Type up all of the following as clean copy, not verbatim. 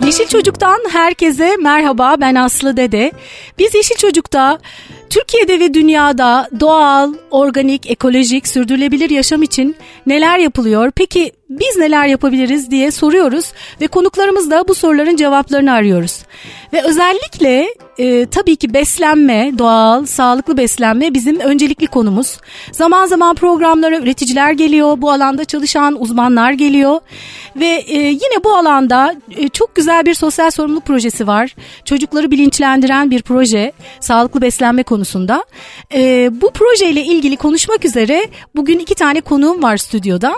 Yeşil Çocuk'tan herkese merhaba, ben Aslı Dede. Biz Yeşil Çocuk'ta Türkiye'de ve dünyada doğal, organik, ekolojik, sürdürülebilir yaşam için neler yapılıyor? Peki biz neler yapabiliriz diye soruyoruz ve konuklarımızla bu soruların cevaplarını arıyoruz. Ve özellikle tabii ki beslenme, doğal, sağlıklı beslenme bizim öncelikli konumuz. Zaman zaman programlara üreticiler geliyor, bu alanda çalışan uzmanlar geliyor ve yine bu alanda çok güzel bir sosyal sorumluluk projesi var. Çocukları bilinçlendiren bir proje, sağlıklı beslenme konusunda. Bu projeyle ilgili konuşmak üzere bugün 2 tane konuğum var stüdyoda.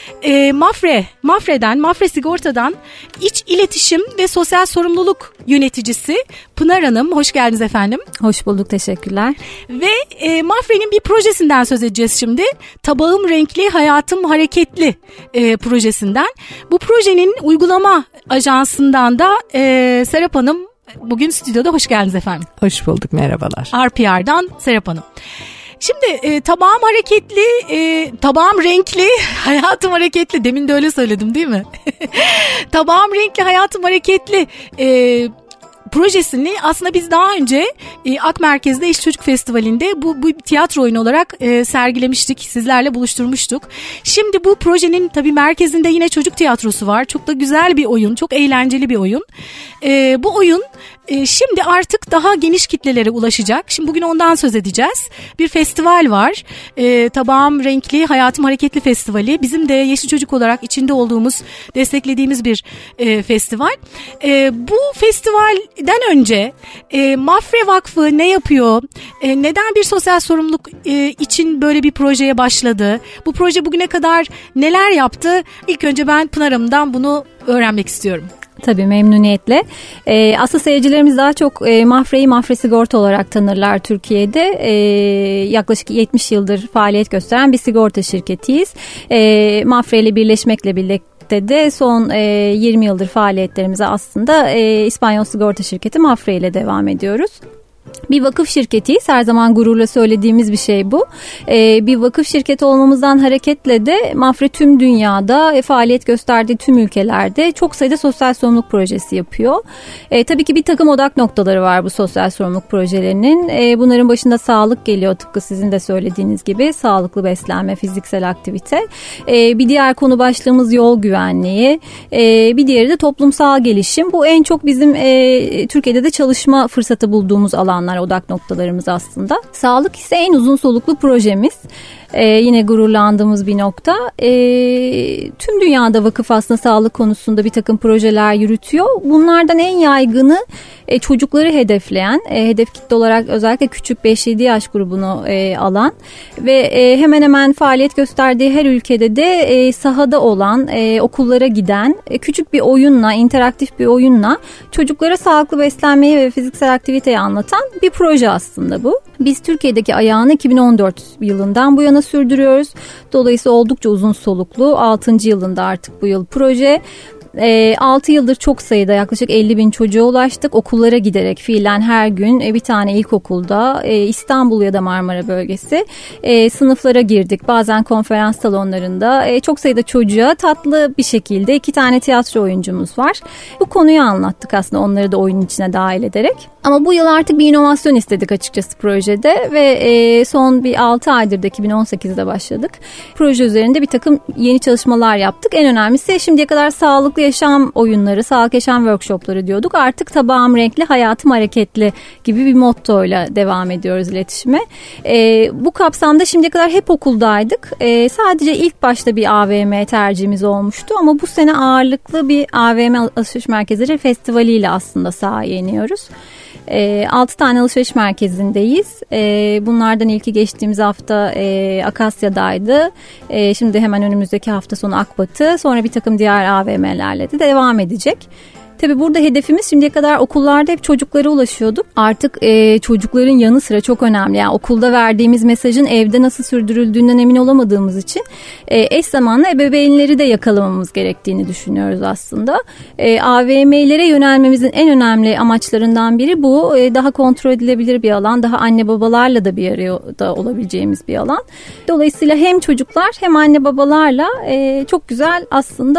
Mafre Sigorta'dan İç İletişim ve Sosyal Sorumluluk Yöneticisi Pınar Hanım. Hoş geldiniz efendim. Hoş bulduk, teşekkürler. Ve Mafre'nin bir projesinden söz edeceğiz şimdi. Tabağım Renkli, Hayatım Hareketli projesinden. Bu projenin uygulama ajansından da Serap Hanım bugün stüdyoda. Hoş geldiniz efendim. Hoş bulduk, merhabalar. RPR'dan Serap Hanım. Şimdi tabağım hareketli, tabağım renkli, hayatım hareketli. Demin de öyle söyledim değil mi? Tabağım renkli, hayatım hareketli projesini aslında biz daha önce Ak Merkez'de İş Çocuk Festivali'nde bu tiyatro oyunu olarak sergilemiştik. Sizlerle buluşturmuştuk. Şimdi bu projenin tabii merkezinde yine çocuk tiyatrosu var. Çok da güzel bir oyun, çok eğlenceli bir oyun. Bu oyun şimdi artık daha geniş kitlelere ulaşacak. Şimdi bugün ondan söz edeceğiz. Bir festival var. Tabağım Renkli, Hayatım Hareketli Festivali. Bizim de Yeşil Çocuk olarak içinde olduğumuz, desteklediğimiz bir festival. Bu festivalden önce Mafre Vakfı ne yapıyor? Neden bir sosyal sorumluluk için böyle bir projeye başladı? Bu proje bugüne kadar neler yaptı? İlk önce ben Pınar Hanım'dan bunu öğrenmek istiyorum. Tabii, memnuniyetle. Aslında seyircilerimiz daha çok Mafre'yi Mafre Sigorta olarak tanırlar Türkiye'de. Yaklaşık 70 yıldır faaliyet gösteren bir sigorta şirketiyiz. Mafre ile birleşmekle birlikte de son 20 yıldır faaliyetlerimize aslında İspanyol sigorta şirketi Mafre ile devam ediyoruz. Bir vakıf şirketiyiz. Her zaman gururla söylediğimiz bir şey bu. Bir vakıf şirketi olmamızdan hareketle de Mafre tüm dünyada faaliyet gösterdiği tüm ülkelerde çok sayıda sosyal sorumluluk projesi yapıyor. Tabii ki bir takım odak noktaları var bu sosyal sorumluluk projelerinin. Bunların başında sağlık geliyor, tıpkı sizin de söylediğiniz gibi. Sağlıklı beslenme, fiziksel aktivite. Bir diğer konu başlığımız yol güvenliği. Bir diğeri de toplumsal gelişim. Bu en çok bizim Türkiye'de de çalışma fırsatı bulduğumuz alanlar, odak noktalarımız aslında. Sağlık ise en uzun soluklu projemiz. Yine gururlandığımız bir nokta. Tüm dünyada vakıf aslında sağlık konusunda bir takım projeler yürütüyor. Bunlardan en yaygını çocukları hedefleyen, hedef kitle olarak özellikle küçük 5-7 yaş grubunu alan ve hemen hemen faaliyet gösterdiği her ülkede de sahada olan, okullara giden, küçük bir oyunla, interaktif bir oyunla çocuklara sağlıklı beslenmeyi ve fiziksel aktiviteyi anlatan bir proje aslında bu. Biz Türkiye'deki ayağını 2014 yılından bu yana sürdürüyoruz. Dolayısıyla oldukça uzun soluklu. 6. yılında artık bu yıl proje. 6 yıldır çok sayıda yaklaşık 50.000 çocuğa ulaştık. Okullara giderek fiilen her gün bir tane ilkokulda, İstanbul ya da Marmara bölgesi sınıflara girdik. Bazen konferans salonlarında çok sayıda çocuğa tatlı bir şekilde 2 tane tiyatro oyuncumuz var. Bu konuyu anlattık aslında, onları da oyunun içine dahil ederek. Ama bu yıl artık bir inovasyon istedik açıkçası projede ve son bir 6 aydır da 2018'de başladık. Proje üzerinde bir takım yeni çalışmalar yaptık. En önemlisi şimdiye kadar sağlıklı yaşam oyunları, sağlıklı yaşam workshopları diyorduk. Artık tabağım renkli, hayatım hareketli gibi bir mottoyla devam ediyoruz iletişime. Bu kapsamda şimdiye kadar hep okuldaydık. Sadece ilk başta bir AVM tercihimiz olmuştu ama bu sene ağırlıklı bir AVM alışveriş merkezleri festivaliyle aslında sahaya iniyoruz. 6 tane alışveriş merkezindeyiz. Bunlardan ilki geçtiğimiz hafta Akasya'daydı. Şimdi hemen önümüzdeki hafta sonu Akbatı. Sonra bir takım diğer AVM'lerle de devam edecek. Tabii burada hedefimiz, şimdiye kadar okullarda hep çocuklara ulaşıyorduk. Artık çocukların yanı sıra çok önemli. Yani okulda verdiğimiz mesajın evde nasıl sürdürüldüğünden emin olamadığımız için eş zamanlı ebeveynleri de yakalamamız gerektiğini düşünüyoruz aslında. AVM'lere yönelmemizin en önemli amaçlarından biri bu. Daha kontrol edilebilir bir alan, daha anne babalarla da bir arada olabileceğimiz bir alan. Dolayısıyla hem çocuklar hem anne babalarla çok güzel aslında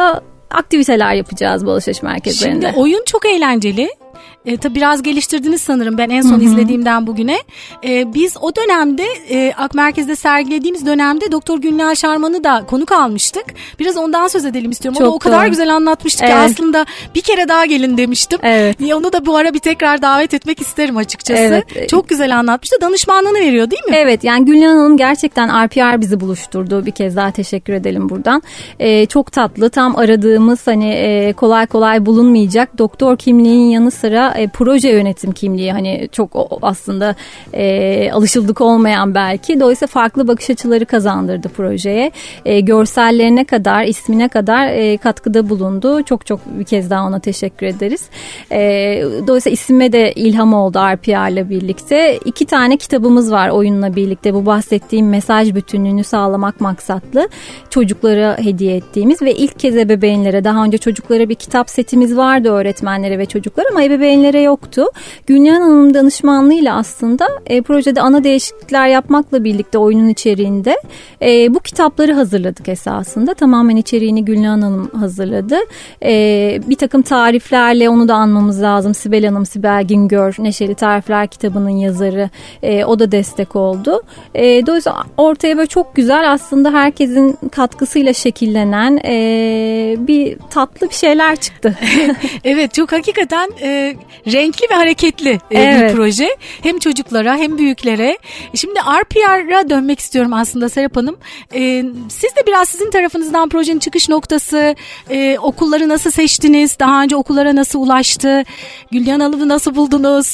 aktiviteler yapacağız bu alışveriş merkezlerinde. Şimdi oyun çok eğlenceli. Tabii biraz geliştirdiniz sanırım ben en son izlediğimden bugüne. Biz o dönemde Ak Merkez'de sergilediğimiz dönemde Doktor Gülnaz Şarman'ı da konuk almıştık. Biraz ondan söz edelim istiyorum. Çok o da o kadar güzel anlatmıştı ki aslında bir kere daha gelin demiştim. Evet. Onu da bu ara bir tekrar davet etmek isterim açıkçası. Evet. Çok güzel anlatmıştı. Danışmanlığını veriyor değil mi? Evet, yani Gülnaz Hanım gerçekten RPR bizi buluşturdu. Bir kez daha teşekkür edelim buradan. Çok tatlı, tam aradığımız hani kolay kolay bulunmayacak doktor kimliğinin yanı sıra proje yönetim kimliği, hani çok aslında alışıldık olmayan belki. Dolayısıyla farklı bakış açıları kazandırdı projeye. Görsellerine kadar, ismine kadar katkıda bulundu. Çok bir kez daha ona teşekkür ederiz. Dolayısıyla isime de ilham oldu RPR'la birlikte. 2 tane kitabımız var oyunla birlikte. Bu bahsettiğim mesaj bütünlüğünü sağlamak maksatlı çocuklara hediye ettiğimiz ve ilk kez ebeveynlere, daha önce çocuklara bir kitap setimiz vardı öğretmenlere ve çocuklara ama ebeveynlere yoktu. Gülnaz Hanım'ın danışmanlığıyla aslında projede ana değişiklikler yapmakla birlikte oyunun içeriğinde bu kitapları hazırladık esasında. Tamamen içeriğini Gülnaz Hanım hazırladı. Bir takım tariflerle onu da anmamız lazım. Sibel Hanım, Sibel Güngör, Neşeli Tarifler kitabının yazarı. O da destek oldu. Dolayısıyla ortaya böyle çok güzel, aslında herkesin katkısıyla şekillenen bir tatlı bir şeyler çıktı. Evet, çok hakikaten renkli ve hareketli evet. bir proje. Hem çocuklara hem büyüklere. Şimdi RPR'a dönmek istiyorum aslında Serap Hanım. Siz de biraz sizin tarafınızdan projenin çıkış noktası, okulları nasıl seçtiniz? Daha önce okullara nasıl ulaştı? Gülyan Hanım'ı nasıl buldunuz?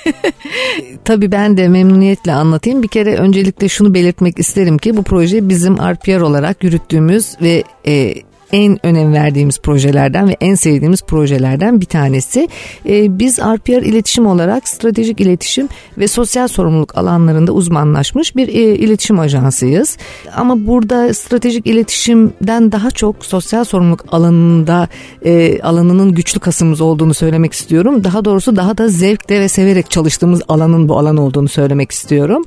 Tabii ben de memnuniyetle anlatayım. Bir kere öncelikle şunu belirtmek isterim ki bu proje bizim RPR olarak yürüttüğümüz ve en önem verdiğimiz projelerden ve en sevdiğimiz projelerden bir tanesi. Biz RPR iletişim olarak stratejik iletişim ve sosyal sorumluluk alanlarında uzmanlaşmış bir iletişim ajansıyız. Ama burada stratejik iletişimden daha çok sosyal sorumluluk alanının güçlü kasımız olduğunu söylemek istiyorum. Daha doğrusu daha da zevkle ve severek çalıştığımız alanın bu alan olduğunu söylemek istiyorum.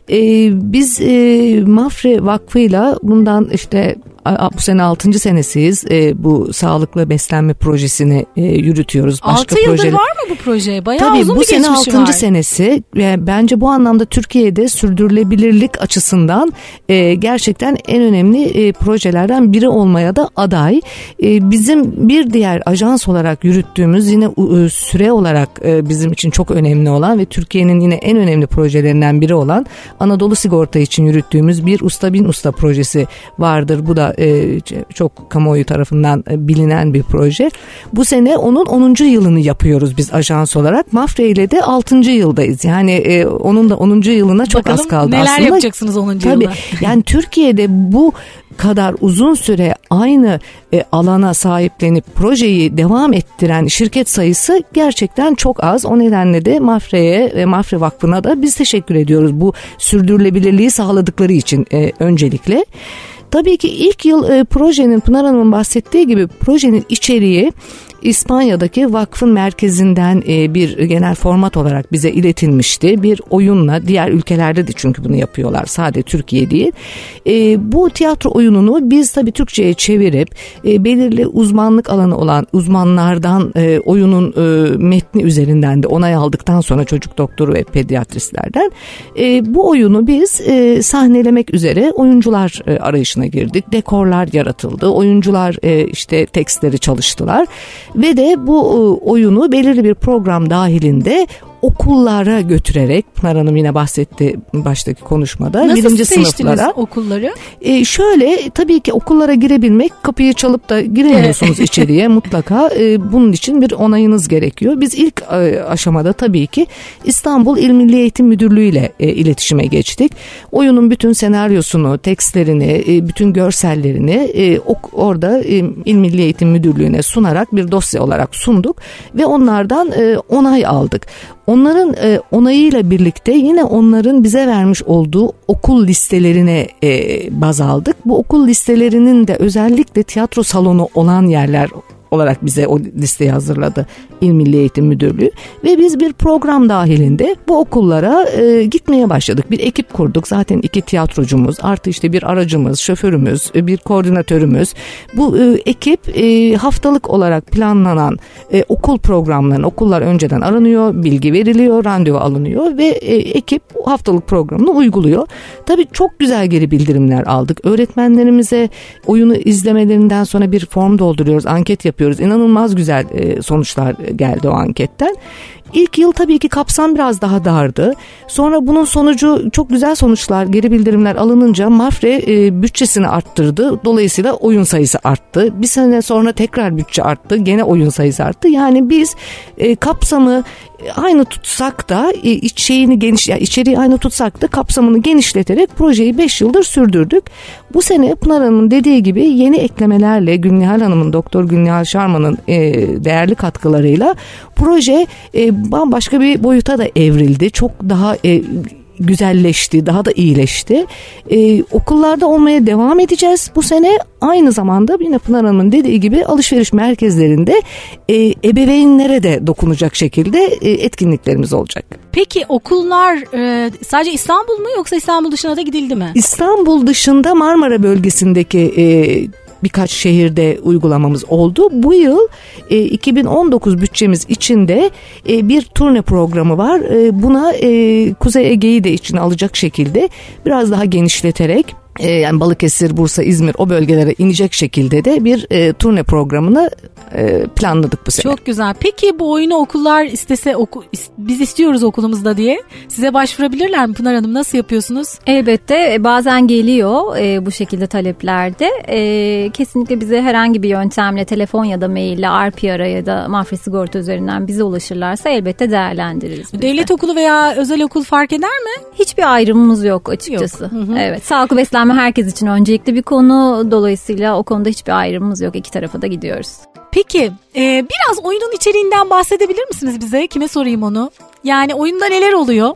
Biz Mafre Vakfı'yla bundan işte bu sene 6. senesiyiz. Bu sağlıklı beslenme projesini yürütüyoruz. Başka 6 yıldır var mı bu proje? Bayağı tabii, uzun bir geçmişi var. Tabii bu sene 6. senesi. Bence bu anlamda Türkiye'de sürdürülebilirlik açısından gerçekten en önemli projelerden biri olmaya da aday. Bizim bir diğer ajans olarak yürüttüğümüz, yine süre olarak bizim için çok önemli olan ve Türkiye'nin yine en önemli projelerinden biri olan Anadolu Sigorta için yürüttüğümüz bir Usta Bin Usta projesi vardır. Bu da çok kamuoyu tarafından bilinen bir proje. Bu sene onun 10. yılını yapıyoruz biz ajans olarak. Mafre ile de 6. yıldayız. Yani onun da 10. yılına çok bakalım az kaldı neler aslında. Neler yapacaksınız 10. Tabii, yılda? yani Türkiye'de bu kadar uzun süre aynı alana sahiplenip projeyi devam ettiren şirket sayısı gerçekten çok az. O nedenle de Mafre'ye ve Mafre Vakfı'na da biz teşekkür ediyoruz bu sürdürülebilirliği sağladıkları için öncelikle. Tabii ki ilk yıl projenin, Pınar Hanım'ın bahsettiği gibi projenin içeriği İspanya'daki vakfın merkezinden bir genel format olarak bize iletilmişti. Bir oyunla, diğer ülkelerde de çünkü bunu yapıyorlar, sadece Türkiye değil. Bu tiyatro oyununu biz tabii Türkçe'ye çevirip belirli uzmanlık alanı olan uzmanlardan oyunun metni üzerinden de onay aldıktan sonra çocuk doktoru ve pediatristlerden bu oyunu biz sahnelemek üzere oyuncular arayışına girdik. Dekorlar yaratıldı. Oyuncular işte tekstleri çalıştılar. Ve de bu oyunu belirli bir program dahilinde okullara götürerek, Pınar Hanım yine bahsetti baştaki konuşmada. Nasıl birinci seçtiniz sınıflara okulları? Şöyle, tabii ki okullara girebilmek, kapıyı çalıp da giremiyorsunuz içeriye mutlaka. Bunun için bir onayınız gerekiyor. Biz ilk aşamada tabii ki İstanbul İl Milli Eğitim Müdürlüğü ile iletişime geçtik. Oyunun bütün senaryosunu, tekstlerini, bütün görsellerini orada İl Milli Eğitim Müdürlüğü'ne sunarak bir dosya olarak sunduk ve onlardan onay aldık. Onların onayıyla birlikte yine onların bize vermiş olduğu okul listelerine baz aldık. Bu okul listelerinin de özellikle tiyatro salonu olan yerler olarak bize o listeyi hazırladı İl Milli Eğitim Müdürlüğü ve biz bir program dahilinde bu okullara gitmeye başladık. Bir ekip kurduk. Zaten 2 tiyatrocumuz artı işte bir aracımız, şoförümüz, bir koordinatörümüz. Bu ekip haftalık olarak planlanan okul programlarını, okullar önceden aranıyor, bilgi veriliyor, randevu alınıyor ve ekip haftalık programını uyguluyor. Tabii çok güzel geri bildirimler aldık. Öğretmenlerimize oyunu izlemelerinden sonra bir form dolduruyoruz, anket yapıyoruz. İnanılmaz güzel sonuçlar geldi o anketten. İlk yıl tabii ki kapsam biraz daha dardı. Sonra bunun sonucu çok güzel sonuçlar, geri bildirimler alınınca Mafre bütçesini arttırdı. Dolayısıyla oyun sayısı arttı. Bir sene sonra tekrar bütçe arttı. Gene oyun sayısı arttı. Yani biz kapsamı aynı tutsak da içeriği aynı tutsak da kapsamını genişleterek projeyi 5 yıldır sürdürdük. Bu sene Pınar Hanım'ın dediği gibi yeni eklemelerle Gülnihal Hanım'ın, Doktor Gülnihal Şarman'ın değerli katkılarıyla proje bambaşka bir boyuta da evrildi. Çok daha güzelleşti, daha da iyileşti. Okullarda olmaya devam edeceğiz bu sene. Aynı zamanda yine Pınar Hanım'ın dediği gibi alışveriş merkezlerinde ebeveynlere de dokunacak şekilde etkinliklerimiz olacak. Peki okullar sadece İstanbul mu yoksa İstanbul dışına da gidildi mi? İstanbul dışında Marmara bölgesindeki birkaç şehirde uygulamamız oldu. Bu yıl 2019 bütçemiz içinde bir turne programı var. Buna Kuzey Ege'yi de içine alacak şekilde biraz daha genişleterek yani Balıkesir, Bursa, İzmir o bölgelere inecek şekilde de bir turne programını planladık bu sene. Çok güzel. Peki bu oyunu okullar istese biz istiyoruz okulumuzda diye size başvurabilirler mi Pınar Hanım? Nasıl yapıyorsunuz? Elbette bazen geliyor bu şekilde taleplerde. Kesinlikle bize herhangi bir yöntemle telefon ya da maille RPR'a ya da Mafre Sigorta üzerinden bize ulaşırlarsa elbette değerlendiririz. Devlet okulu veya özel okul fark eder mi? Hiçbir ayrımımız yok açıkçası. Yok. Evet. Sağlıklı beslenme herkes için öncelikli bir konu. Dolayısıyla o konuda hiçbir ayrımımız yok. İki tarafa da gidiyoruz. Peki biraz oyunun içeriğinden bahsedebilir misiniz bize? Kime sorayım onu? Yani oyunda neler oluyor?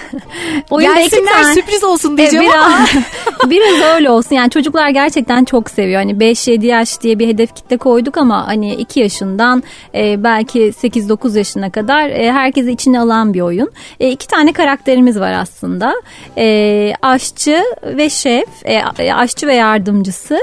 Gelsinler sürpriz olsun diyeceğim ama. Biraz öyle olsun. Yani çocuklar gerçekten çok seviyor. Hani 5-7 yaş diye bir hedef kitle koyduk ama hani 2 yaşından belki 8-9 yaşına kadar herkesi içine alan bir oyun. 2 tane karakterimiz var aslında. Aşçı ve şef, aşçı ve yardımcısı,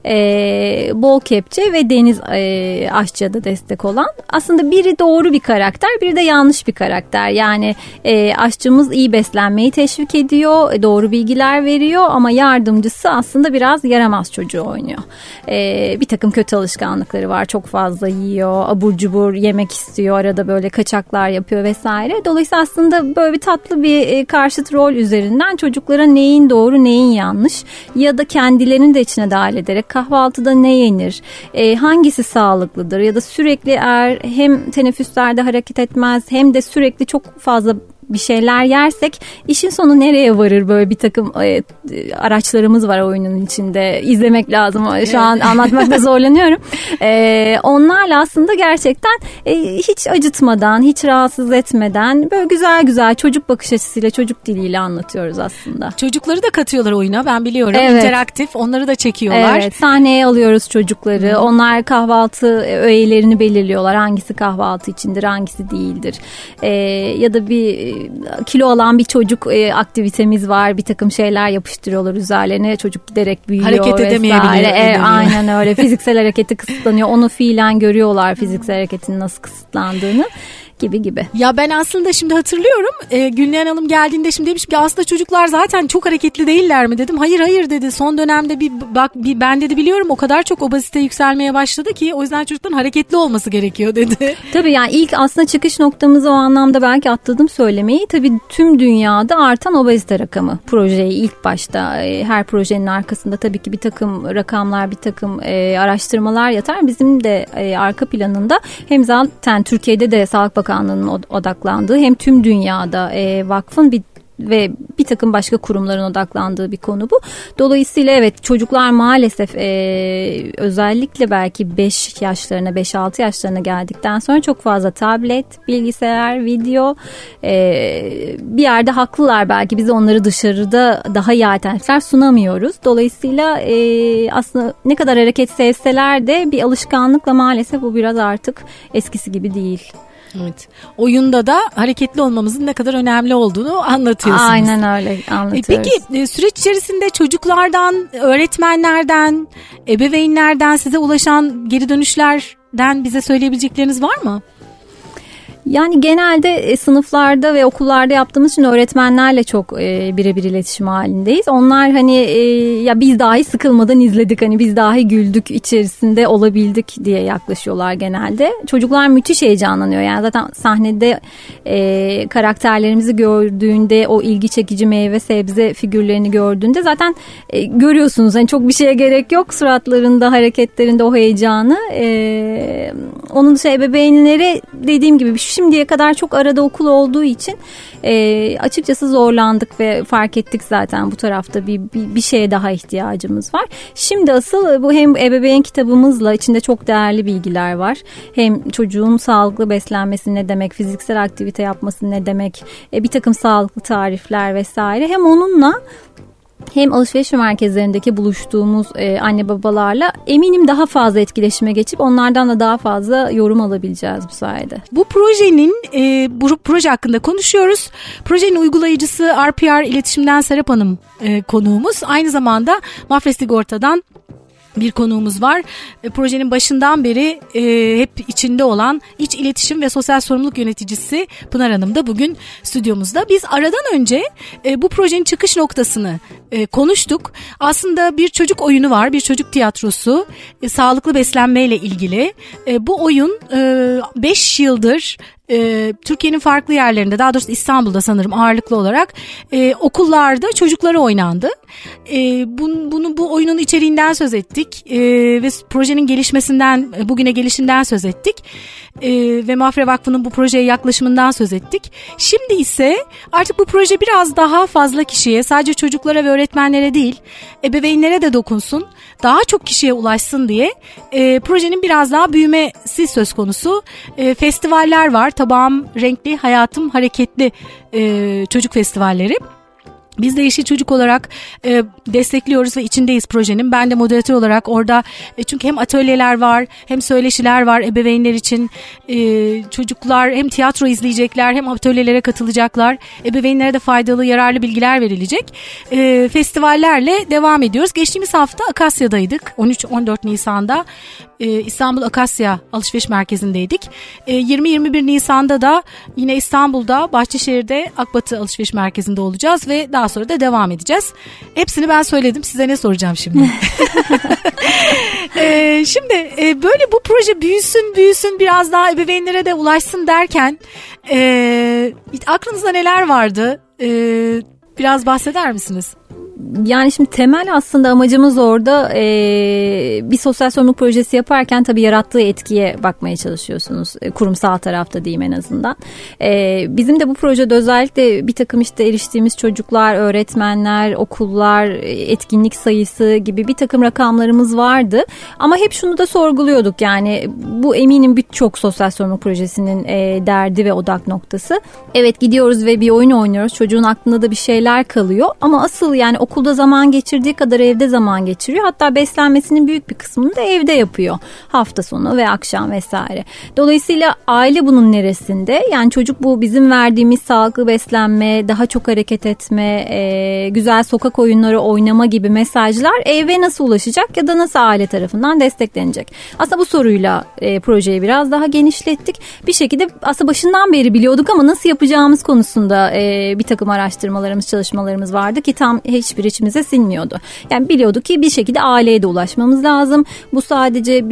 bol kepçe ve deniz aşçıya da destek olan. Aslında biri doğru bir karakter, biri de yanlış bir karakter. Yani aşçımız iyi beslenmeyi teşvik ediyor, doğru bilgiler veriyor ama yardımcısı aslında biraz yaramaz çocuğu oynuyor. Bir takım kötü alışkanlıkları var, çok fazla yiyor, abur cubur yemek istiyor, arada böyle kaçaklar yapıyor vesaire. Dolayısıyla aslında böyle bir tatlı bir karşıt rol üzerinden çocuklara neyin doğru neyin yanlış ya da kendilerini de içine dahil ederek kahvaltıda ne yenir, hangisi sağlıklıdır ya da sürekli eğer hem teneffüslerde hareket etmez hem de sürekli çok fazla bir şeyler yersek işin sonu nereye varır? Böyle bir takım araçlarımız var oyunun içinde. İzlemek lazım. Şu an anlatmakta zorlanıyorum. Onlarla aslında gerçekten hiç acıtmadan, hiç rahatsız etmeden böyle güzel güzel çocuk bakış açısıyla, çocuk diliyle anlatıyoruz aslında. Çocukları da katıyorlar oyuna, ben biliyorum. Evet. İnteraktif, onları da çekiyorlar. Evet, sahneye alıyoruz çocukları. Onlar kahvaltı öğelerini belirliyorlar. Hangisi kahvaltı içindir, hangisi değildir. Ya da bir kilo alan bir çocuk aktivitemiz var. Bir takım şeyler yapıştırıyorlar üzerlerine. Çocuk giderek büyüyor. Hareket edemeyebiliyor. Aynen öyle. Fiziksel hareketi kısıtlanıyor. Onu fiilen görüyorlar, fiziksel hareketin nasıl kısıtlandığını. Gibi. Ya ben aslında şimdi hatırlıyorum Gülnihal Hanım geldiğinde şimdi demiş ki aslında çocuklar zaten çok hareketli değiller mi dedim. Hayır dedi, son dönemde ben dedi biliyorum o kadar çok obezite yükselmeye başladı ki o yüzden çocukların hareketli olması gerekiyor dedi. Tabii yani ilk aslında çıkış noktamızı o anlamda belki atladım söylemeyi. Tabii tüm dünyada artan obezite rakamı projeyi ilk başta her projenin arkasında tabii ki bir takım rakamlar, bir takım araştırmalar yatar. Bizim de arka planında hem zaten Türkiye'de de Sağlık Bakanlığı'nın odaklandığı hem tüm dünyada vakfın bir ve bir takım başka kurumların odaklandığı bir konu bu. Dolayısıyla evet, çocuklar maalesef özellikle belki 5 yaşlarına 5-6 yaşlarına geldikten sonra çok fazla tablet, bilgisayar, video, bir yerde haklılar, belki biz onları dışarıda daha iyi alternatifler sunamıyoruz. Dolayısıyla aslında ne kadar hareket sevseler de bir alışkanlıkla maalesef bu biraz artık eskisi gibi değil. Evet. Oyunda da hareketli olmamızın ne kadar önemli olduğunu anlatıyorsunuz. Aynen öyle anlatıyoruz. Peki süreç içerisinde çocuklardan, öğretmenlerden, ebeveynlerden size ulaşan geri dönüşlerden bize söyleyebilecekleriniz var mı? Yani genelde sınıflarda ve okullarda yaptığımız için öğretmenlerle çok birebir iletişim halindeyiz. Onlar hani ya biz dahi sıkılmadan izledik, hani biz dahi güldük, içerisinde olabildik diye yaklaşıyorlar genelde. Çocuklar müthiş heyecanlanıyor. Yani zaten sahnede karakterlerimizi gördüğünde, o ilgi çekici meyve sebze figürlerini gördüğünde zaten görüyorsunuz. Hani çok bir şeye gerek yok suratlarında, hareketlerinde o heyecanı. Onun dışında ebeveynlere dediğim gibi şimdiye kadar çok arada okul olduğu için açıkçası zorlandık ve fark ettik zaten bu tarafta bir şeye daha ihtiyacımız var. Şimdi asıl bu hem ebeveyn kitabımızla içinde çok değerli bilgiler var. Hem çocuğun sağlıklı beslenmesi ne demek, fiziksel aktivite yapması ne demek, bir takım sağlıklı tarifler vesaire. Hem onunla hem alışveriş merkezlerindeki buluştuğumuz anne babalarla eminim daha fazla etkileşime geçip onlardan da daha fazla yorum alabileceğiz bu sayede. Bu projenin bu proje hakkında konuşuyoruz. Projenin uygulayıcısı RPR İletişim'den Serap Hanım konuğumuz. Aynı zamanda Mafra Sigorta'dan bir konuğumuz var. Projenin başından beri hep içinde olan İç İletişim ve Sosyal Sorumluluk Yöneticisi Pınar Hanım da bugün stüdyomuzda. Biz aradan önce bu projenin çıkış noktasını konuştuk. Aslında bir çocuk oyunu var, bir çocuk tiyatrosu, sağlıklı beslenmeyle ilgili. Bu oyun 5 yıldır Türkiye'nin farklı yerlerinde, daha doğrusu İstanbul'da sanırım ağırlıklı olarak okullarda çocuklara oynandı. Bu oyunun içeriğinden söz ettik ve projenin gelişmesinden, bugüne gelişinden söz ettik ve Mafra Vakfı'nın bu projeye yaklaşımından söz ettik. Şimdi ise artık bu proje biraz daha fazla kişiye, sadece çocuklara ve öğretmenlere değil, ebeveynlere de dokunsun, daha çok kişiye ulaşsın diye projenin biraz daha büyümesi söz konusu. Festivaller var. Tabağım Renkli, Hayatım Hareketli çocuk festivalleri. Biz de Yeşil Çocuk olarak destekliyoruz ve içindeyiz projenin. Ben de moderatör olarak orada çünkü hem atölyeler var, hem söyleşiler var ebeveynler için. Çocuklar hem tiyatro izleyecekler, hem atölyelere katılacaklar. Ebeveynlere de faydalı, yararlı bilgiler verilecek. Festivallerle devam ediyoruz. Geçtiğimiz hafta Akasya'daydık. 13-14 Nisan'da İstanbul Akasya Alışveriş Merkezi'ndeydik. 20-21 Nisan'da da yine İstanbul'da Bahçeşehir'de Akbatı Alışveriş Merkezi'nde olacağız ve daha sonra da devam edeceğiz. Hepsini ben söyledim. Size ne soracağım şimdi? Şimdi böyle bu proje büyüsün biraz daha ebeveynlere de ulaşsın derken aklınızda neler vardı? Biraz bahseder misiniz? Yani şimdi temel aslında amacımız orada bir sosyal sorumluluk projesi yaparken tabii yarattığı etkiye bakmaya çalışıyorsunuz. Kurumsal tarafta diyeyim en azından. Bizim de bu projede özellikle bir takım işte eriştiğimiz çocuklar, öğretmenler, okullar, etkinlik sayısı gibi bir takım rakamlarımız vardı. Ama hep şunu da sorguluyorduk, yani bu eminim birçok sosyal sorumluluk projesinin derdi ve odak noktası. Evet, gidiyoruz ve bir oyun oynuyoruz. Çocuğun aklında da bir şeyler kalıyor ama asıl yani okulda zaman geçirdiği kadar evde zaman geçiriyor. Hatta beslenmesinin büyük bir kısmını da evde yapıyor. Hafta sonu ve akşam vesaire. Dolayısıyla aile bunun neresinde? Yani çocuk bu bizim verdiğimiz sağlıklı beslenme, daha çok hareket etme, güzel sokak oyunları oynama gibi mesajlar eve nasıl ulaşacak ya da nasıl aile tarafından desteklenecek? Aslında bu soruyla projeyi biraz daha genişlettik. Bir şekilde aslında başından beri biliyorduk ama nasıl yapacağımız konusunda bir takım araştırmalarımız, çalışmalarımız vardı ki tam hiçbir içimize sinmiyordu. Yani biliyorduk ki bir şekilde aileye de ulaşmamız lazım. Bu sadece bir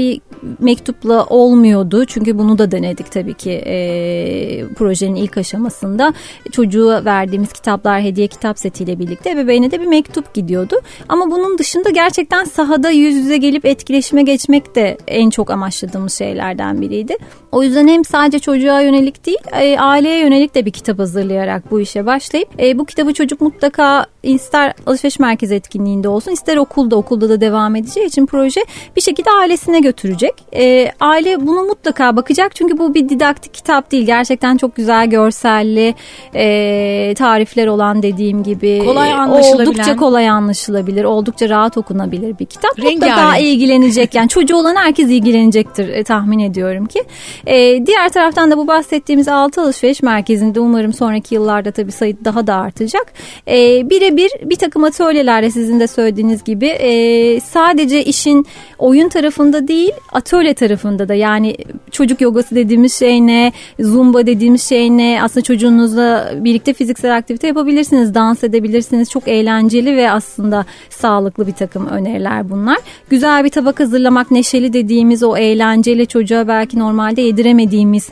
mektupla olmuyordu. Çünkü bunu da denedik tabii ki projenin ilk aşamasında. Çocuğa verdiğimiz kitaplar hediye kitap setiyle birlikte ebeveyne de bir mektup gidiyordu. Ama bunun dışında gerçekten sahada yüz yüze gelip etkileşime geçmek de en çok amaçladığımız şeylerden biriydi. O yüzden hem sadece çocuğa yönelik değil, aileye yönelik de bir kitap hazırlayarak bu işe başlayıp bu kitabı çocuk mutlaka ister alışveriş merkezi etkinliğinde olsun, ister okulda da devam edeceği için proje bir şekilde ailesine götürecek. Aile bunu mutlaka bakacak çünkü bu bir didaktik kitap değil. Gerçekten çok güzel görselli tarifler olan, dediğim gibi oldukça kolay anlaşılabilir, oldukça rahat okunabilir bir kitap. Mutlaka ilgilenecek, yani çocuğu olan herkes ilgilenecektir tahmin ediyorum ki. Diğer taraftan da bu bahsettiğimiz 6 alışveriş merkezinde umarım sonraki yıllarda tabii sayı daha da artacak. Birebir bir takım atölyelerle, sizin de söylediğiniz gibi sadece işin oyun tarafında değil, atölye tarafında da, yani çocuk yogası dediğimiz şey ne, zumba dediğimiz şey ne, aslında çocuğunuzla birlikte fiziksel aktivite yapabilirsiniz, dans edebilirsiniz. Çok eğlenceli ve aslında sağlıklı bir takım öneriler bunlar. Güzel bir tabak hazırlamak, neşeli dediğimiz o eğlenceli, çocuğa belki normalde yediremediğimiz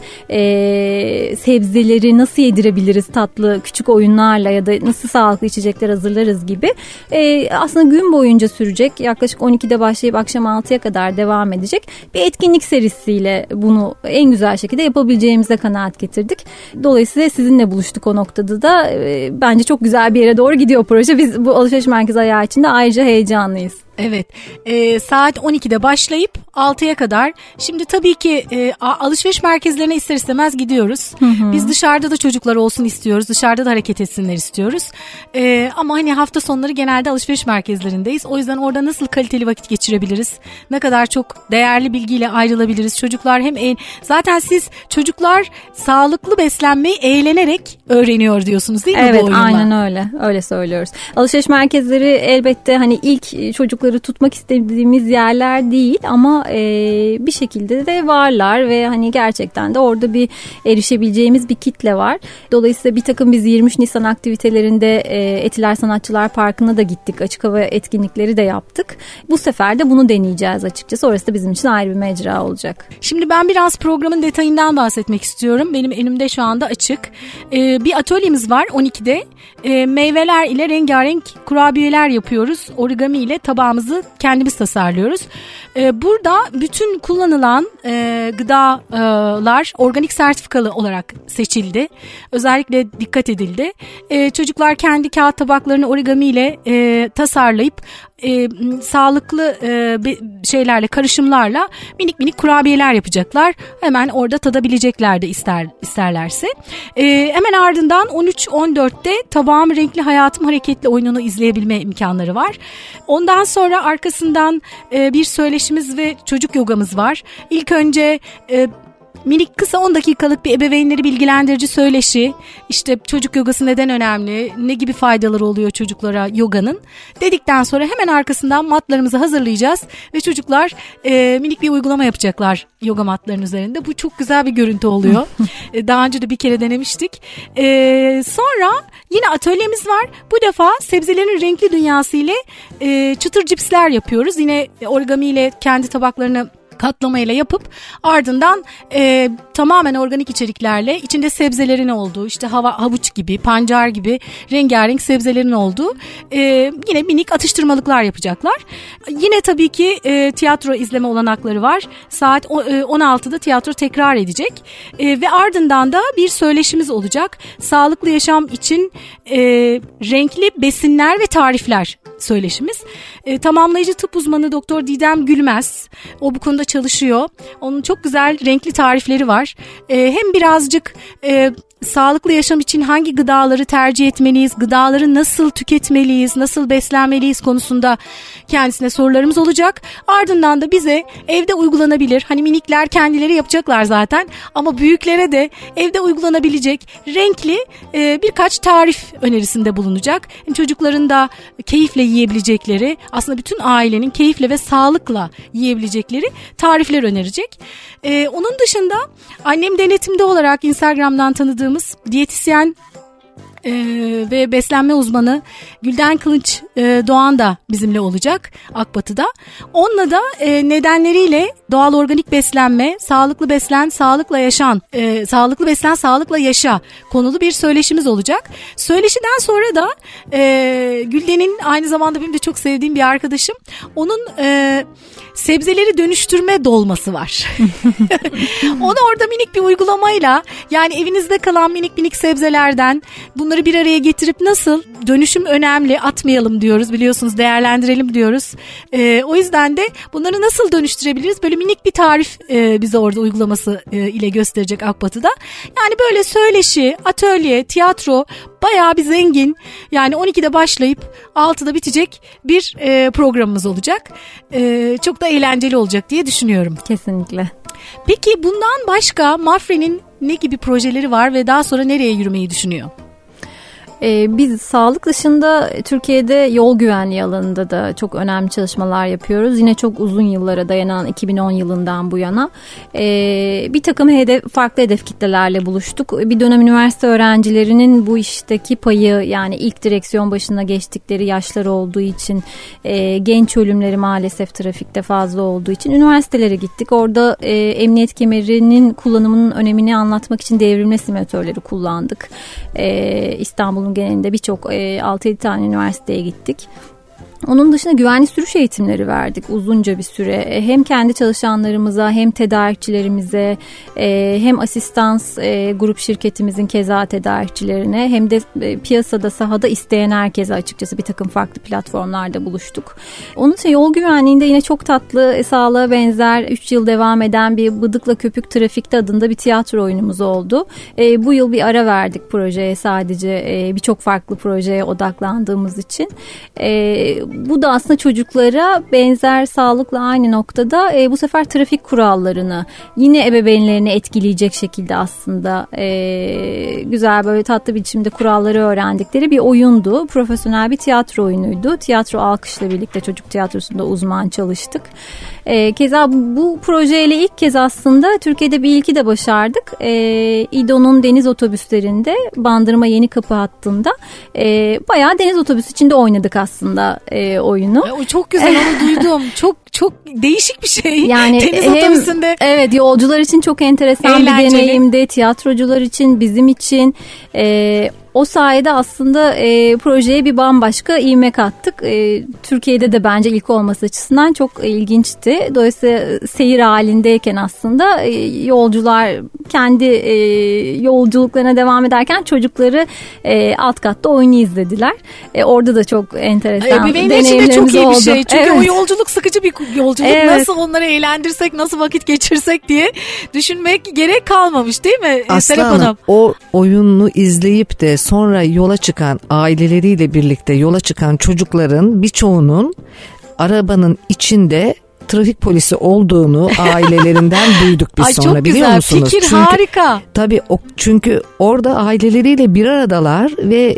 sebzeleri nasıl yedirebiliriz tatlı küçük oyunlarla ya da nasıl sağlıklı içecekler hazırlarız gibi. Aslında gün boyunca sürecek, yaklaşık 12'de başlayıp akşam 6'ya kadar devam edecek bir etkinlik serisiyle bunu en güzel şekilde yapabileceğimize kanaat getirdik. Dolayısıyla sizinle buluştuk o noktada da. Bence çok güzel bir yere doğru gidiyor proje. Biz bu alışveriş merkezi ayağı için de ayrıca heyecanlıyız. Evet, saat 12'de başlayıp 6'ya kadar. Şimdi tabii ki alışveriş merkezlerine ister istemez gidiyoruz. Biz dışarıda da çocuklar olsun istiyoruz, dışarıda da hareket etsinler istiyoruz. Ama hani hafta sonları genelde alışveriş merkezlerindeyiz. O yüzden orada nasıl kaliteli vakit geçirebiliriz? Ne kadar çok değerli bilgiyle ayrılabiliriz? Çocuklar zaten siz çocuklar sağlıklı beslenmeyi eğlenerek öğreniyor diyorsunuz değil mi bu oyunla? Evet, aynen öyle. Öyle söylüyoruz. Alışveriş merkezleri elbette hani ilk çocukları tutmak istediğimiz yerler değil ama bir şekilde de varlar ve hani gerçekten de orada bir erişebileceğimiz bir kitle var. Dolayısıyla bir takım biz 23 Nisan aktivitelerinde Etiler Sanatçılar Parkı'na da gittik. Açık hava etkinlikleri de yaptık. Bu sefer de bunu deneyeceğiz açıkçası. Orası da bizim için ayrı bir mecra olacak. Şimdi ben biraz programın detayından bahsetmek istiyorum. Benim elimde şu anda açık. Bir atölyemiz var 12'de. Meyveler ile rengarenk kurabiyeler yapıyoruz. Origami ile tabağımızı kendimiz tasarlıyoruz. Burada bütün kullanılan gıdalar organik sertifikalı olarak seçildi. Özellikle dikkat edildi. Çocuklar kendi kağıt tabaklarını origami ile tasarlayıp sağlıklı şeylerle, karışımlarla minik minik kurabiyeler yapacaklar. Hemen orada tadabilecekler de isterlerse. Hemen ardından 13-14'te Tabağım Renkli Hayatım Hareketli oyununu izleyebilme imkanları var. Ondan sonra arkasından bir söyleşimiz ve çocuk yogamız var. İlk önce minik kısa 10 dakikalık bir ebeveynleri bilgilendirici söyleşi, işte çocuk yogası neden önemli, ne gibi faydaları oluyor çocuklara yoganın dedikten sonra hemen arkasından matlarımızı hazırlayacağız ve çocuklar minik bir uygulama yapacaklar yoga matlarının üzerinde. Bu çok güzel bir görüntü oluyor. Daha önce de bir kere denemiştik. Sonra yine atölyemiz var. Bu defa sebzelerin renkli dünyası ile çıtır cipsler yapıyoruz. Yine origami ile kendi tabaklarını katlamayla yapıp ardından tamamen organik içeriklerle içinde sebzelerin olduğu, işte havuç gibi, pancar gibi rengarenk sebzelerin olduğu yine minik atıştırmalıklar yapacaklar. Yine tabii ki tiyatro izleme olanakları var. Saat 16'da tiyatro tekrar edecek ve ardından da bir söyleşimiz olacak. Sağlıklı yaşam için renkli besinler ve tarifler söyleşimiz. Tamamlayıcı tıp uzmanı Doktor Didem Gülmez, o bu konuda çalışıyor. Onun çok güzel renkli tarifleri var. Hem birazcık sağlıklı yaşam için hangi gıdaları tercih etmeliyiz, gıdaları nasıl tüketmeliyiz, nasıl beslenmeliyiz konusunda kendisine sorularımız olacak. Ardından da bize evde uygulanabilir, hani minikler kendileri yapacaklar zaten ama büyüklere de evde uygulanabilecek renkli birkaç tarif önerisinde bulunacak. Yani çocukların da keyifle yiyebilecekleri, aslında bütün ailenin keyifle ve sağlıkla yiyebilecekleri tarifler önerecek. Onun dışında annem denetimde olarak Instagram'dan tanıdığımız diyetisyen ve beslenme uzmanı Gülden Kılınç Doğan da bizimle olacak Akbatı'da. Onunla da nedenleriyle doğal organik beslenme, sağlıklı beslen, sağlıkla yaşan, sağlıklı beslen, sağlıkla yaşa konulu bir söyleşimiz olacak. Söyleşiden sonra da Gülden'in aynı zamanda benim de çok sevdiğim bir arkadaşım, onun sebzeleri dönüştürme dolması var. Onu orada minik bir uygulamayla, yani evinizde kalan minik sebzelerden bunları bir araya getirip nasıl, dönüşüm önemli, atmayalım diyoruz biliyorsunuz, değerlendirelim diyoruz. O yüzden de bunları nasıl dönüştürebiliriz, böyle minik bir tarif bize orada uygulaması ile gösterecek Akbatı'da. Yani böyle söyleşi, atölye, tiyatro, bayağı bir zengin, yani 12'de başlayıp 6'da bitecek bir programımız olacak. Çok da eğlenceli olacak diye düşünüyorum. Kesinlikle. Peki bundan başka Mafre'nin ne gibi projeleri var ve daha sonra nereye yürümeyi düşünüyor? Biz sağlık dışında Türkiye'de yol güvenliği alanında da çok önemli çalışmalar yapıyoruz. Yine çok uzun yıllara dayanan 2010 yılından bu yana bir takım farklı hedef kitlelerle buluştuk. Bir dönem üniversite öğrencilerinin bu işteki payı, yani ilk direksiyon başına geçtikleri yaşlar olduğu için, genç ölümleri maalesef trafikte fazla olduğu için üniversitelere gittik. Orada emniyet kemerinin kullanımının önemini anlatmak için devrimli simülatörleri kullandık. İstanbul'un genelinde birçok 6-7 tane üniversiteye gittik. Onun dışında güvenli sürüş eğitimleri verdik uzunca bir süre. Hem kendi çalışanlarımıza, hem tedarikçilerimize, hem asistans grup şirketimizin keza tedarikçilerine, hem de piyasada, sahada isteyen herkese açıkçası bir takım farklı platformlarda buluştuk. Onun için yol güvenliğinde yine çok tatlı, sağlığa benzer 3 yıl devam eden bir Bıdıkla Köpük Trafikte adında bir tiyatro oyunumuz oldu. Bu yıl bir ara verdik projeye, sadece birçok farklı projeye odaklandığımız için. Bu da aslında çocuklara benzer, sağlıkla aynı noktada bu sefer trafik kurallarını yine ebeveynlerini etkileyecek şekilde aslında güzel, böyle tatlı bir biçimde kuralları öğrendikleri bir oyundu. Profesyonel bir tiyatro oyunuydu. Tiyatro alkışla birlikte çocuk tiyatrosunda uzman çalıştık. Keza bu projeyle ilk kez aslında Türkiye'de bir ilki de başardık. İDO'nun deniz otobüslerinde Bandırma Yenikapı hattında bayağı deniz otobüsü içinde oynadık aslında oyunu. O çok güzel, onu duydum. Çok değişik bir şey. Yani deniz otobüsünde. Evet, yolcular için çok enteresan bir deneyimdi. Tiyatrocular için, bizim için. O sayede aslında projeye bir bambaşka ivme kattık. Türkiye'de de bence ilk olması açısından çok ilginçti. Dolayısıyla seyir halindeyken aslında yolcular kendi yolculuklarına devam ederken çocukları alt katta oyunu izlediler. Orada da çok enteresan deneyimlerimiz oldu. Çok iyi bir şey. Çünkü o yolculuk sıkıcı bir yolculuk. Evet. Nasıl onları eğlendirsek, nasıl vakit geçirsek diye düşünmek gerek kalmamış, değil mi Serap Hanım? O oyunu izleyip de sonra yola çıkan, aileleriyle birlikte yola çıkan çocukların birçoğunun arabanın içinde trafik polisi olduğunu ailelerinden duyduk biz sonra, biliyor musunuz? Fikir harika. Tabii çünkü orada aileleriyle bir aradalar ve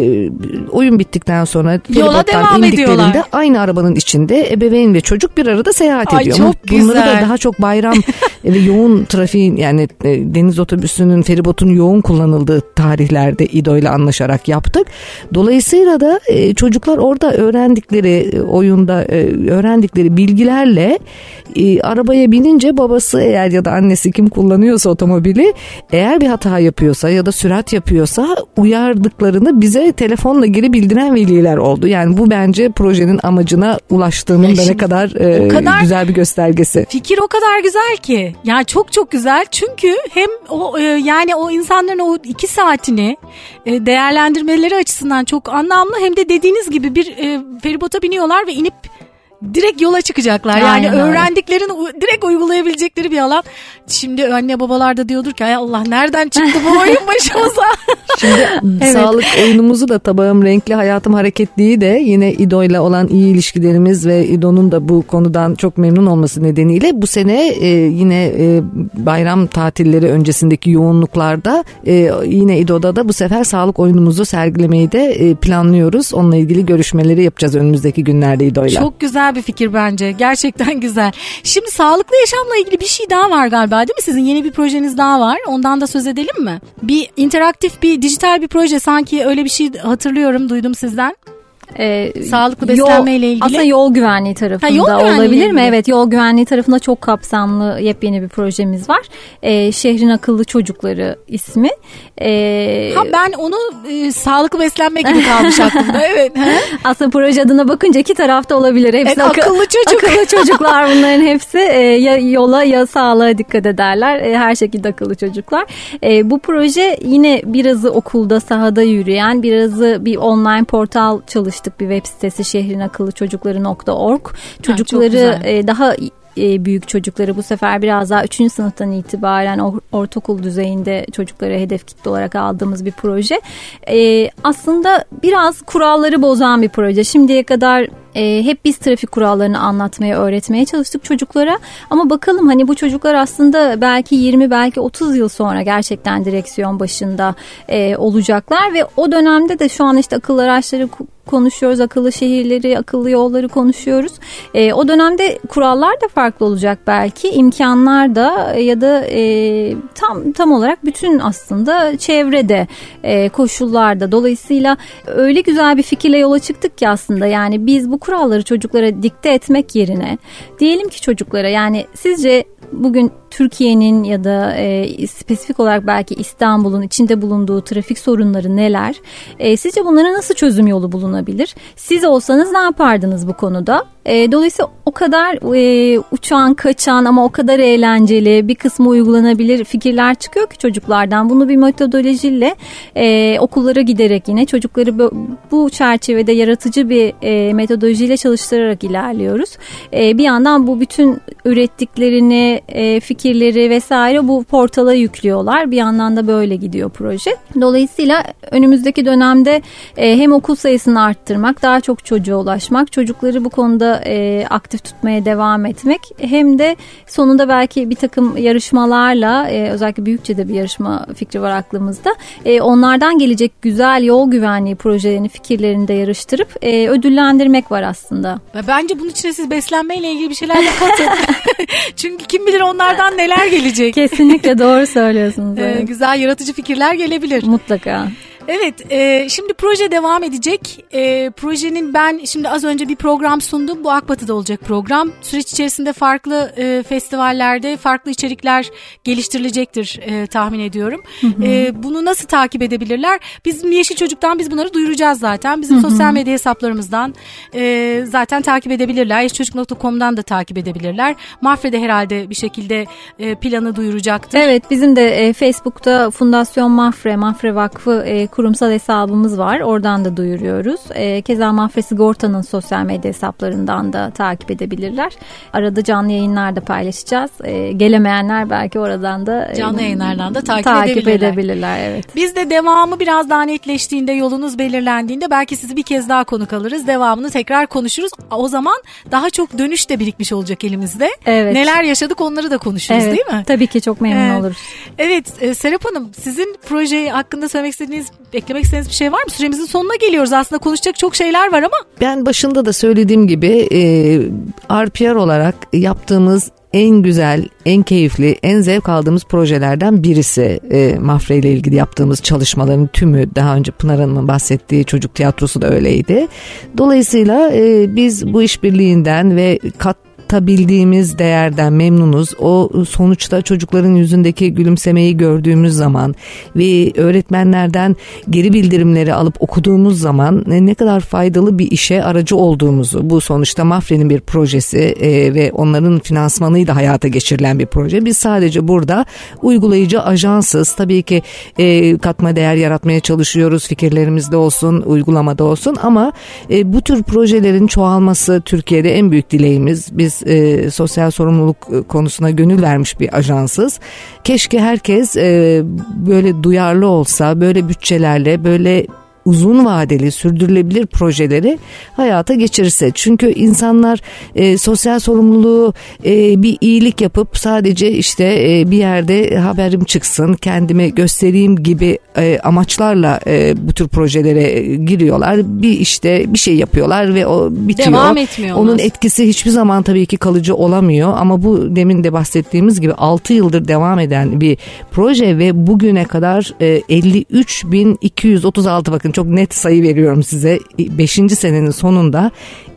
oyun bittikten sonra feribottan indiklerinde aynı arabanın içinde ebeveyn ve çocuk bir arada seyahat ediyor. Çok Bunları güzel. da daha çok bayram ve yoğun trafiğin, yani deniz otobüsünün, feribotun yoğun kullanıldığı tarihlerde İDO ile anlaşarak yaptık. Dolayısıyla da çocuklar orada öğrendikleri, oyunda öğrendikleri bilgilerle arabaya binince babası eğer ya da annesi kim kullanıyorsa otomobili, eğer bir hata yapıyorsa ya da sürat yapıyorsa uyardıklarını bize telefonla geri bildiren veliler oldu. Yani bu bence projenin amacına ulaştığının da ne kadar güzel bir göstergesi. Fikir o kadar güzel ki. Yani çok güzel. Çünkü hem o yani o insanların o 2 saatini değerlendirmeleri açısından çok anlamlı, hem de dediğiniz gibi bir feribota biniyorlar ve inip direkt yola çıkacaklar. Yani aynen, öğrendiklerini direkt uygulayabilecekleri bir alan. Şimdi anne babalar da diyordur ki ay Allah, nereden çıktı bu oyun başımıza? Şimdi evet, sağlık oyunumuzu da Tabağım Renkli Hayatım Hareketli'yi de yine İDO ile olan iyi ilişkilerimiz ve İDO'nun da bu konudan çok memnun olması nedeniyle bu sene yine bayram tatilleri öncesindeki yoğunluklarda yine İDO'da da bu sefer sağlık oyunumuzu sergilemeyi de planlıyoruz. Onunla ilgili görüşmeleri yapacağız önümüzdeki günlerde İDO'yla. Çok güzel güzel bir fikir bence. Gerçekten güzel. Şimdi sağlıklı yaşamla ilgili bir şey daha var galiba, değil mi? Sizin yeni bir projeniz daha var. Ondan da söz edelim mi? Bir interaktif, bir dijital bir proje, sanki öyle bir şey hatırlıyorum, duydum sizden. Sağlıklı beslenme ile ilgili. Aslında yol güvenliği tarafında olabilir mi? Evet, yol güvenliği tarafında çok kapsamlı yepyeni bir projemiz var. Şehrin Akıllı Çocukları ismi. Ben onu sağlıklı beslenme gibi kalmış aklımda. Evet. Aslında proje adına bakınca iki tarafta olabilir. Hepsi akıllı çocuk. Akıllı çocuklar bunların hepsi. Ya yola ya sağlığa dikkat ederler. Her şekilde akıllı çocuklar. Bu proje yine birazı okulda, sahada yürüyen, birazı bir online portal çalıştık. Bir web sitesi, şehrinakıllıçocukları.org. Çocukları daha büyük çocukları, bu sefer biraz daha 3. sınıftan itibaren ortaokul düzeyinde çocuklara hedef kitle olarak aldığımız bir proje. Aslında biraz kuralları bozan bir proje. Şimdiye kadar hep biz trafik kurallarını anlatmaya, öğretmeye çalıştık çocuklara. Ama bakalım, hani bu çocuklar aslında belki 20, belki 30 yıl sonra gerçekten direksiyon başında olacaklar ve o dönemde de şu an işte akıllı araçları konuşuyoruz, akıllı şehirleri, akıllı yolları konuşuyoruz. O dönemde kurallar da farklı olacak belki, imkanlar da ya da tam olarak bütün aslında çevrede, koşullarda. Dolayısıyla öyle güzel bir fikirle yola çıktık ki aslında, yani biz bu kuralları çocuklara dikte etmek yerine diyelim ki çocuklara, yani sizce bugün Türkiye'nin ya da spesifik olarak belki İstanbul'un içinde bulunduğu trafik sorunları neler? Sizce bunlara nasıl çözüm yolu bulunabilir? Siz olsanız ne yapardınız bu konuda? Dolayısıyla o kadar uçan, kaçan ama o kadar eğlenceli, bir kısmı uygulanabilir fikirler çıkıyor ki çocuklardan. Bunu bir metodolojiyle okullara giderek yine çocukları bu çerçevede yaratıcı bir metodolojiyle çalıştırarak ilerliyoruz. Bir yandan bu bütün ürettiklerini, fikirleri vesaire bu portala yüklüyorlar. Bir yandan da böyle gidiyor proje. Dolayısıyla önümüzdeki dönemde hem okul sayısını arttırmak, daha çok çocuğa ulaşmak, çocukları bu konuda aktif tutmaya devam etmek, hem de sonunda belki bir takım yarışmalarla, özellikle Büyükçe'de bir yarışma fikri var aklımızda. Onlardan gelecek güzel yol güvenliği projelerini, fikirlerini de yarıştırıp ödüllendirmek var aslında. Bence bunun içine siz beslenmeyle ilgili bir şeyler de katın. Çünkü kim bilir onlardan neler gelecek. Kesinlikle doğru söylüyorsunuz. Evet. Güzel, yaratıcı fikirler gelebilir. Mutlaka. Evet, şimdi proje devam edecek. Projenin, ben şimdi az önce bir program sundum. Bu Akbatı'da olacak program. Süreç içerisinde farklı festivallerde farklı içerikler geliştirilecektir tahmin ediyorum. Bunu nasıl takip edebilirler? Bizim Yeşil Çocuk'tan biz bunları duyuracağız zaten. Bizim sosyal medya hesaplarımızdan zaten takip edebilirler. yeşilçocuk.com'dan da takip edebilirler. Mafre'de herhalde bir şekilde planı duyuracaktır. Evet, bizim de Facebook'ta Fundasyon Mafre Vakfı kurumsal hesabımız var. Oradan da duyuruyoruz. Keza Mafre Sigorta'nın sosyal medya hesaplarından da takip edebilirler. Arada canlı yayınlar da paylaşacağız. Gelemeyenler belki oradan da canlı yayınlardan da takip edebilirler. Evet. Biz de devamı biraz daha netleştiğinde, yolunuz belirlendiğinde belki sizi bir kez daha konuk alırız. Devamını tekrar konuşuruz. O zaman daha çok dönüş de birikmiş olacak elimizde. Evet. Neler yaşadık onları da konuşuruz, değil mi? Tabii ki çok memnun oluruz. Evet, Serap Hanım, sizin proje hakkında söylemek istediğiniz, eklemek istediğiniz bir şey var mı? Süremizin sonuna geliyoruz. Aslında konuşacak çok şeyler var ama. Ben başında da söylediğim gibi RPR olarak yaptığımız en güzel, en keyifli, en zevk aldığımız projelerden birisi Mafre ile ilgili yaptığımız çalışmaların tümü. Daha önce Pınar Hanım'ın bahsettiği çocuk tiyatrosu da öyleydi. Dolayısıyla biz bu işbirliğinden ve katabildiğimiz değerden memnunuz. O sonuçta çocukların yüzündeki gülümsemeyi gördüğümüz zaman ve öğretmenlerden geri bildirimleri alıp okuduğumuz zaman ne kadar faydalı bir işe aracı olduğumuzu, bu sonuçta Mafre'nin bir projesi ve onların finansmanıyla hayata geçirilen bir proje. Biz sadece burada uygulayıcı ajansız, tabii ki katma değer yaratmaya çalışıyoruz, fikirlerimizde olsun, uygulamada olsun, ama bu tür projelerin çoğalması Türkiye'de en büyük dileğimiz. Biz sosyal sorumluluk konusuna gönül vermiş bir ajansız. Keşke herkes böyle duyarlı olsa, böyle bütçelerle, böyle uzun vadeli sürdürülebilir projeleri hayata geçirirse. Çünkü insanlar sosyal sorumluluğu bir iyilik yapıp sadece işte bir yerde haberim çıksın, kendimi göstereyim gibi amaçlarla bu tür projelere giriyorlar. Bir işte bir şey yapıyorlar ve o bitiyor. Devam etmiyor. Onun etkisi hiçbir zaman tabii ki kalıcı olamıyor ama bu demin de bahsettiğimiz gibi 6 yıldır devam eden bir proje ve bugüne kadar 53.236, bakın çok net sayı veriyorum size, 5. senenin sonunda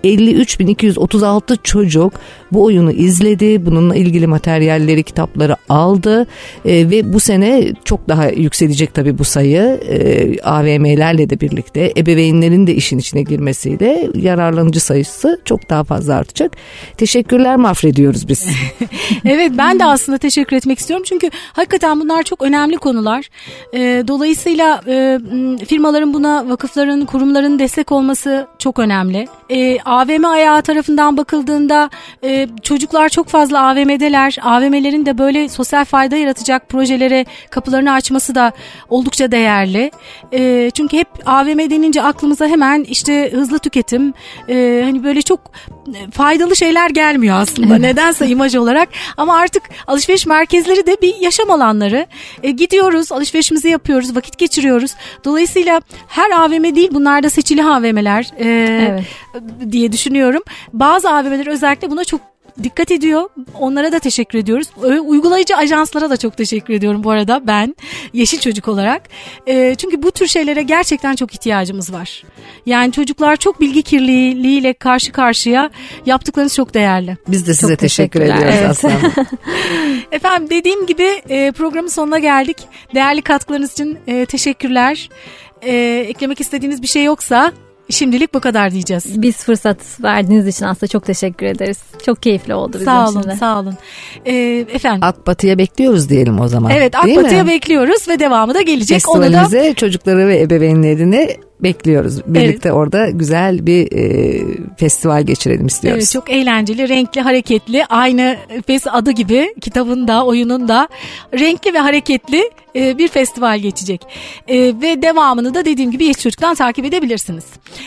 53.236 çocuk bu oyunu izledi. Bununla ilgili materyalleri, kitapları aldı ve bu sene çok daha yükselecek tabii bu sayı. AVM'lerle de birlikte ebeveynlerin de işin içine girmesiyle yararlanıcı sayısı çok daha fazla artacak. Teşekkürler Mafre diyoruz biz. Evet, ben de aslında teşekkür etmek istiyorum çünkü hakikaten bunlar çok önemli konular. Dolayısıyla firmaların buna, vakıfların, kurumların destek olması çok önemli. AVM ayağı tarafından bakıldığında çocuklar çok fazla AVM'deler. AVM'lerin de böyle sosyal fayda yaratacak projelere kapılarını açması da oldukça değerli. Çünkü hep AVM denince aklımıza hemen işte hızlı tüketim, hani böyle çok faydalı şeyler gelmiyor aslında. Nedense imaj olarak. Ama artık alışveriş merkezleri de bir yaşam alanları. Gidiyoruz, alışverişimizi yapıyoruz, vakit geçiriyoruz. Dolayısıyla her AVM değil, bunlar da seçili AVM'ler evet, diye düşünüyorum. Bazı AVM'ler özellikle buna çok dikkat ediyor. Onlara da teşekkür ediyoruz. Uygulayıcı ajanslara da çok teşekkür ediyorum bu arada ben Yeşil Çocuk olarak. Çünkü bu tür şeylere gerçekten çok ihtiyacımız var. Yani çocuklar çok bilgi kirliliğiyle karşı karşıya, yaptıklarınız çok değerli. Biz de size teşekkür ediyoruz evet, aslında. Efendim, dediğim gibi programın sonuna geldik. Değerli katkılarınız için teşekkürler. Eklemek istediğiniz bir şey yoksa şimdilik bu kadar diyeceğiz. Biz fırsat verdiğiniz için aslında çok teşekkür ederiz. Çok keyifli oldu bizim sağ için olun, de. Sağ olun. Efendim. Akbatı'ya bekliyoruz diyelim o zaman. Evet, Akbatı'ya bekliyoruz ve devamı da gelecek. Festivalimize da çocukları ve ebeveynlerini bekliyoruz. Birlikte evet, orada güzel bir festival geçirelim istiyoruz. Evet, çok eğlenceli, renkli, hareketli. Aynı adı gibi kitabın da, oyunun da renkli ve hareketli bir festival geçecek. Ve devamını da dediğim gibi Yeşil Çocuk'tan takip edebilirsiniz.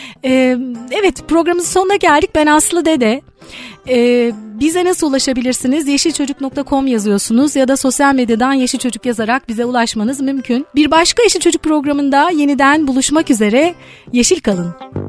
Evet, programımızın sonuna geldik. Ben Aslı Dede. Bize nasıl ulaşabilirsiniz? Yeşilçocuk.com yazıyorsunuz ya da sosyal medyadan Yeşil Çocuk yazarak bize ulaşmanız mümkün. Bir başka Yeşil Çocuk programında yeniden buluşmak üzere. Yeşil kalın.